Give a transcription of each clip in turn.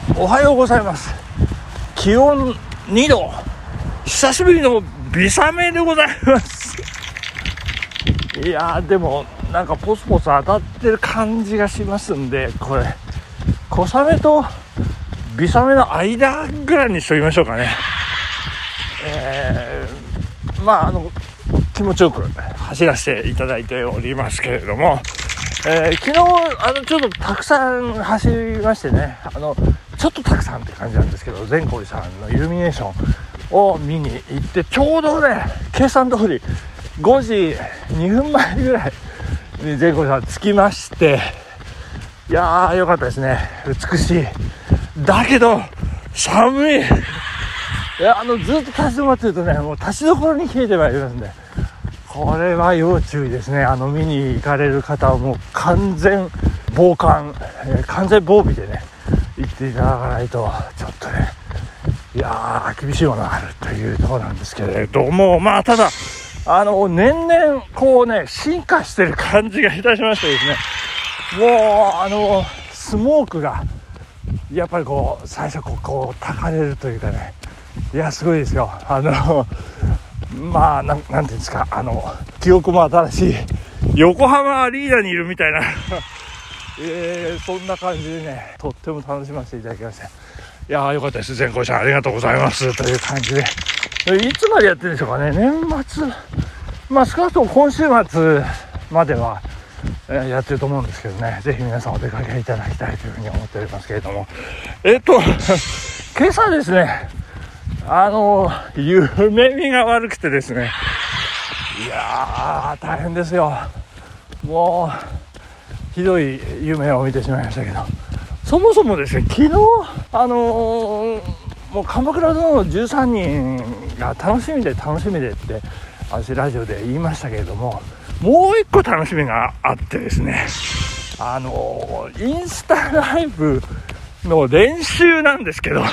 おはようございます。気温2度、久しぶりの微雨でございます。いやーでもなんかポツポツ当たってる感じがしますんで、これ小雨と微雨の間ぐらいにしときましょうかね。気持ちよく走らせていただいておりますけれども、昨日ちょっとたくさん走りましてね、ちょっとたくさんって感じなんですけど、善光寺さんのイルミネーションを見に行って、ちょうどね計算通り5時2分前ぐらいに善光寺さん着きまして、いやー良かったですね。美しいだけど寒い。いやずっと立ち止まってるとね、もう立ちどころに冷えてまいりますんで、これは要注意ですね。見に行かれる方はもう完全防寒、完全防備でね行っていただかないとちょっとね、いやー厳しいものがあるというところなんですけれども、ただ年々こうね進化してる感じがいたしましてですね、もうスモークがやっぱりこう最初こうたかれるというかね、いやすごいですよ。なんていうんですか、記憶も新しい横浜アリーナにいるみたいなそんな感じでね、とっても楽しませていただきました。いやーよかったです。善光さんありがとうございますという感じで、いつまでやってるんでしょうかね。年末、少なくとも今週末まではやってると思うんですけどね、ぜひ皆さんお出かけいただきたいというふうに思っておりますけれども、今朝ですね、夢見が悪くてですね、いやー大変ですよ。もうひどい夢を見てしまいましたけど、そもそもですね、昨日もう鎌倉殿の13人が楽しみでって私ラジオで言いましたけれども、もう一個楽しみがあってですね、インスタライブの練習なんですけど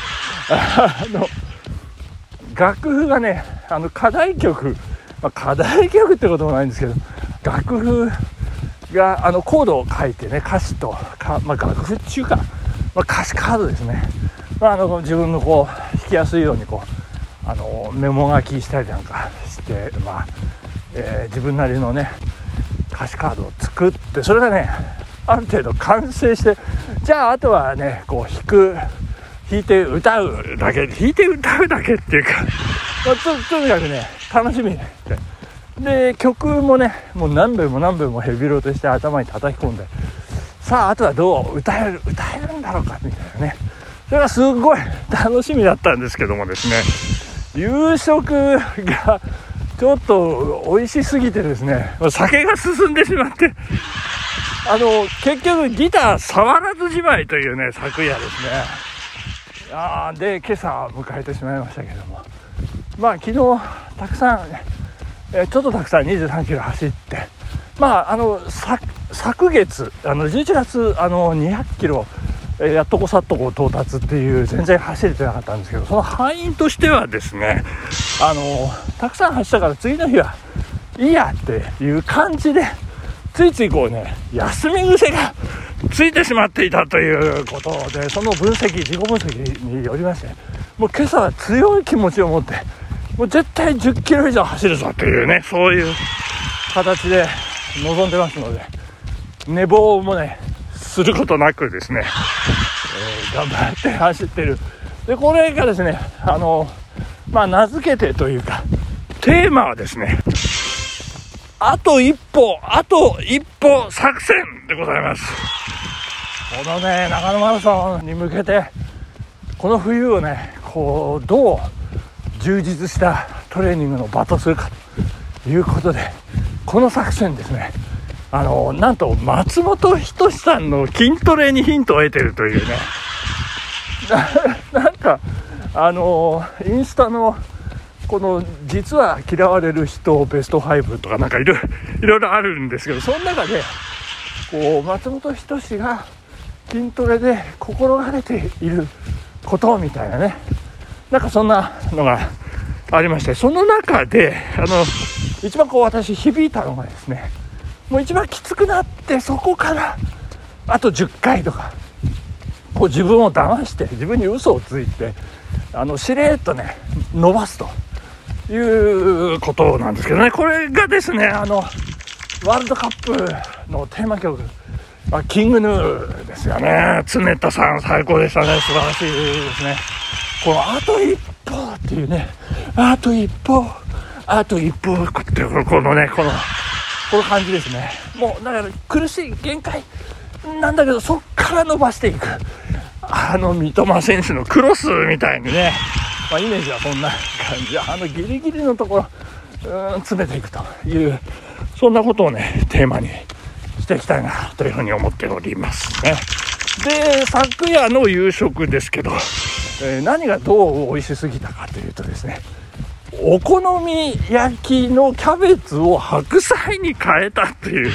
楽譜がね、課題曲ってこともないんですけど、楽譜がコードを書いてね、歌詞と楽譜っていうか、歌詞カードですね、自分のこう弾きやすいようにこうメモ書きしたりなんかして、自分なりのね歌詞カードを作って、それがねある程度完成して、じゃああとはねこう弾いて歌うだけっていうか、とにかくね楽しみで、曲もねもう何遍もヘビロテして頭に叩き込んで、さああとはどう歌えるんだろうかみたいなね、それがすごい楽しみだったんですけどもですね、夕食がちょっと美味しすぎてですね、酒が進んでしまって、結局ギター触らずじまいというね昨夜ですね。で今朝迎えてしまいましたけども、昨日たくさん、ちょっとたくさん23キロ走って、昨月11月200キロやっとこさっとこ到達っていう、全然走れてなかったんですけど、その範囲としてはですね、たくさん走ったから次の日はいいやっていう感じで、ついついこうね休み癖がついてしまっていたということで、その自己分析によりまして、もう今朝は強い気持ちを持って、もう絶対10キロ以上走るぞというね、そういう形で臨んでますので、寝坊もねすることなくですね、頑張って走ってる。でこれがですね名付けてというか、テーマはですね、あと一歩作戦でございます。このね長野マラソンに向けて、この冬をねこうどう充実したトレーニングの場とするかということで、この作戦ですね、なんと松本人志さんの筋トレにヒントを得てるというねなんかインスタのこの実は嫌われる人ベスト5とかなんかいろいろあるんですけど、その中でこう松本人志が筋トレで心がけていることみたいなね、なんかそんなのがありまして、その中で一番こう私響いたのがですね、もう一番きつくなって、そこからあと10回とかこう自分を騙して自分に嘘をついてしれっとね伸ばすということなんですけどね。これがですねワールドカップのテーマ曲、キングヌーですよね。常田さん最高でしたね。素晴らしいですね。このあと一歩っていうね、あと一歩ってこの感じですね。もうだから苦しい限界なんだけど、そっから伸ばしていく三笘選手のクロスみたいにね、イメージはそんな感じ、ギリギリのところ詰めていくという、そんなことをねテーマにしていきたいなというふうに思っておりますね。で、昨夜の夕食ですけど、何がどう美味しすぎたかというとですね、お好み焼きのキャベツを白菜に変えたっていう、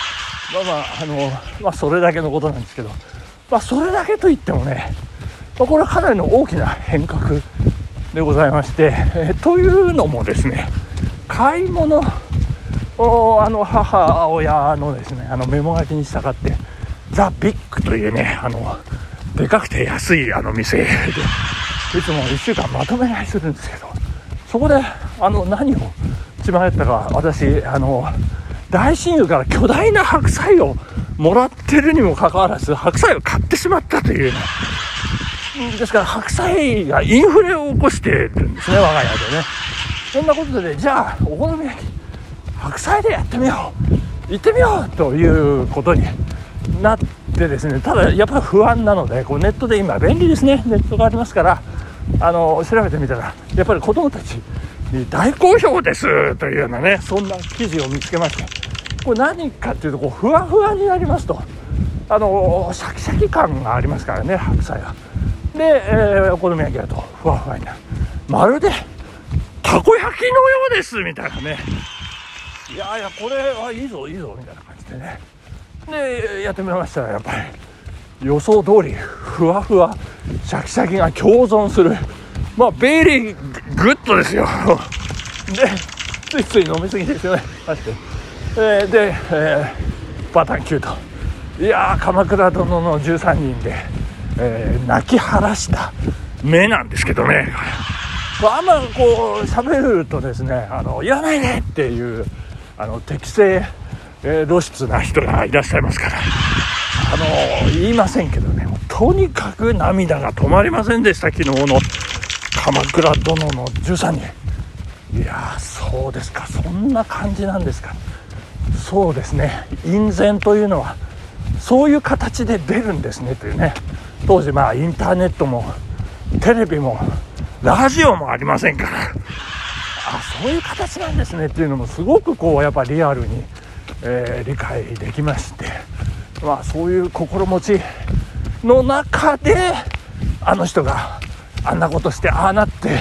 それだけのことなんですけど、それだけといってもね、これはかなりの大きな変革でございまして、というのもですね、買い物を母親のですねメモ書きに従ってザ・ビッグというねでかくて安い店でいつも1週間まとめ買いするんですけど、そこで何を血迷ったか、私大親友から巨大な白菜をもらってるにもかかわらず白菜を買ってしまったというね。ですから白菜がインフレを起こしてるんですね、我が家でね。そんなことで、じゃあお好み焼き白菜でやってみよう、行ってみようということになってですね、ただやっぱり不安なので、ネットで今便利ですね、ネットがありますから調べてみたらやっぱり子供たちに大好評ですというようなね、そんな記事を見つけまして、これ何かというとふわふわになりますと、シャキシャキ感がありますからね、白菜は。で、お好み焼きだとふわふわになる、まるでたこ焼きのようですみたいなね。いやこれはいいぞみたいな感じでね。でやってみましたら、やっぱり予想通りふわふわシャキシャキが共存する、ベリーグッドですよでついつい飲みすぎですよね、で、バタンキューと、鎌倉殿の13人で、泣き晴らした目なんですけどね。あんまこう喋るとですね、言わないでっていう適正、露出な人がいらっしゃいますから、言いませんけどね、もうとにかく涙が止まりませんでした、昨日の鎌倉殿の13人。そうですか、そんな感じなんですか。そうですね、院宣というのはそういう形で出るんですねというね。当時インターネットもテレビもラジオもありませんから、そういう形なんですねっていうのもすごくやっぱリアルに、理解できまして、そういう心持ちの中で人があんなことしてなって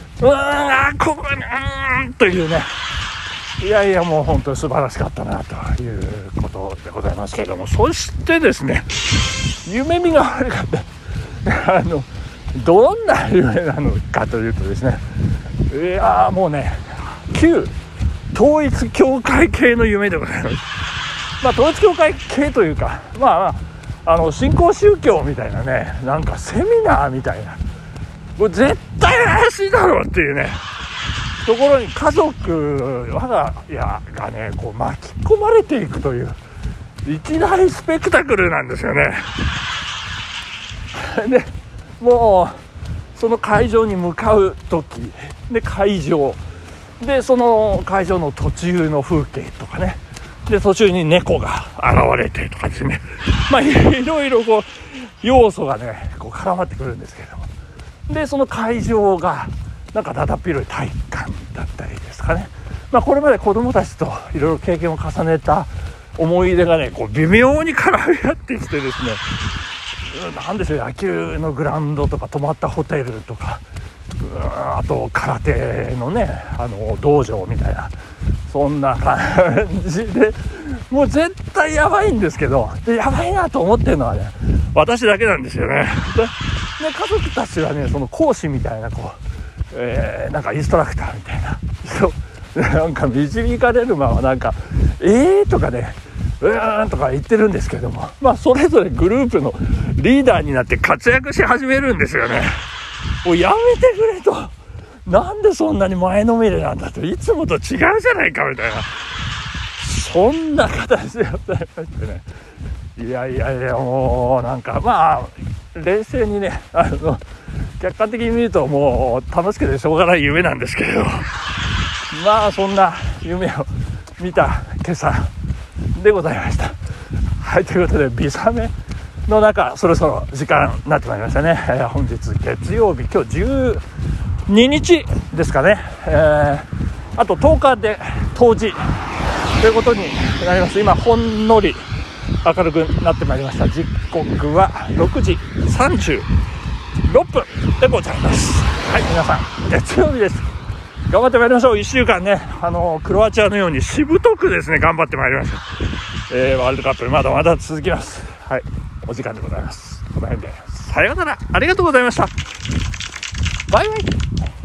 というね。もう本当に素晴らしかったなということでございますけれども、そしてですね、夢見が悪かったどんな夢なのかというとですね、もうね、旧統一教会系の夢でございます。統一教会系というか、新興宗教みたいなね、なんかセミナーみたいな、もう絶対怪しいだろうっていうねところに家族我が家がね巻き込まれていくという一大スペクタクルなんですよね。でもうその会場に向かう時で、会場でその会場の途中の風景とかね、で途中に猫が現れてとかですね、いろいろ要素がね絡まってくるんですけれども、でその会場がなんかだだっ広い体育館だったりですかね、これまで子どもたちといろいろ経験を重ねた思い出がね微妙に絡み合ってきてですね、なんでしょう、野球のグラウンドとか泊まったホテルとか、あと空手のね道場みたいな、そんな感じで、もう絶対やばいんですけど、でやばいなと思ってるのはね私だけなんですよね。で家族たちはね、その講師みたいななんかインストラクターみたいな人なんか導かれるままなんかとかね、 とか言ってるんですけども、まあそれぞれグループのリーダーになって活躍し始めるんですよね。もうやめてくれと、なんでそんなに前のめりなんだと、いつもと違うじゃないかみたいな、そんな形でございましてね。いやもうなんかまあ冷静にね、客観的に見るともう楽しくてしょうがない夢なんですけれど、まあそんな夢を見た今朝でございました。はい、ということでビサメの中、そろそろ時間になってまいりましたね。本日月曜日、今日12日ですかね。あと10日で冬至ということになります。今ほんのり明るくなってまいりました。時刻は6時36分でございます。はい、皆さん月曜日です。頑張ってまいりましょう。1週間ね、クロアチアのようにしぶとくですね頑張ってまいりました。ワールドカップまだまだ続きます。はい、お時間でございます。この辺でさようなら、ありがとうございました。バイバイ。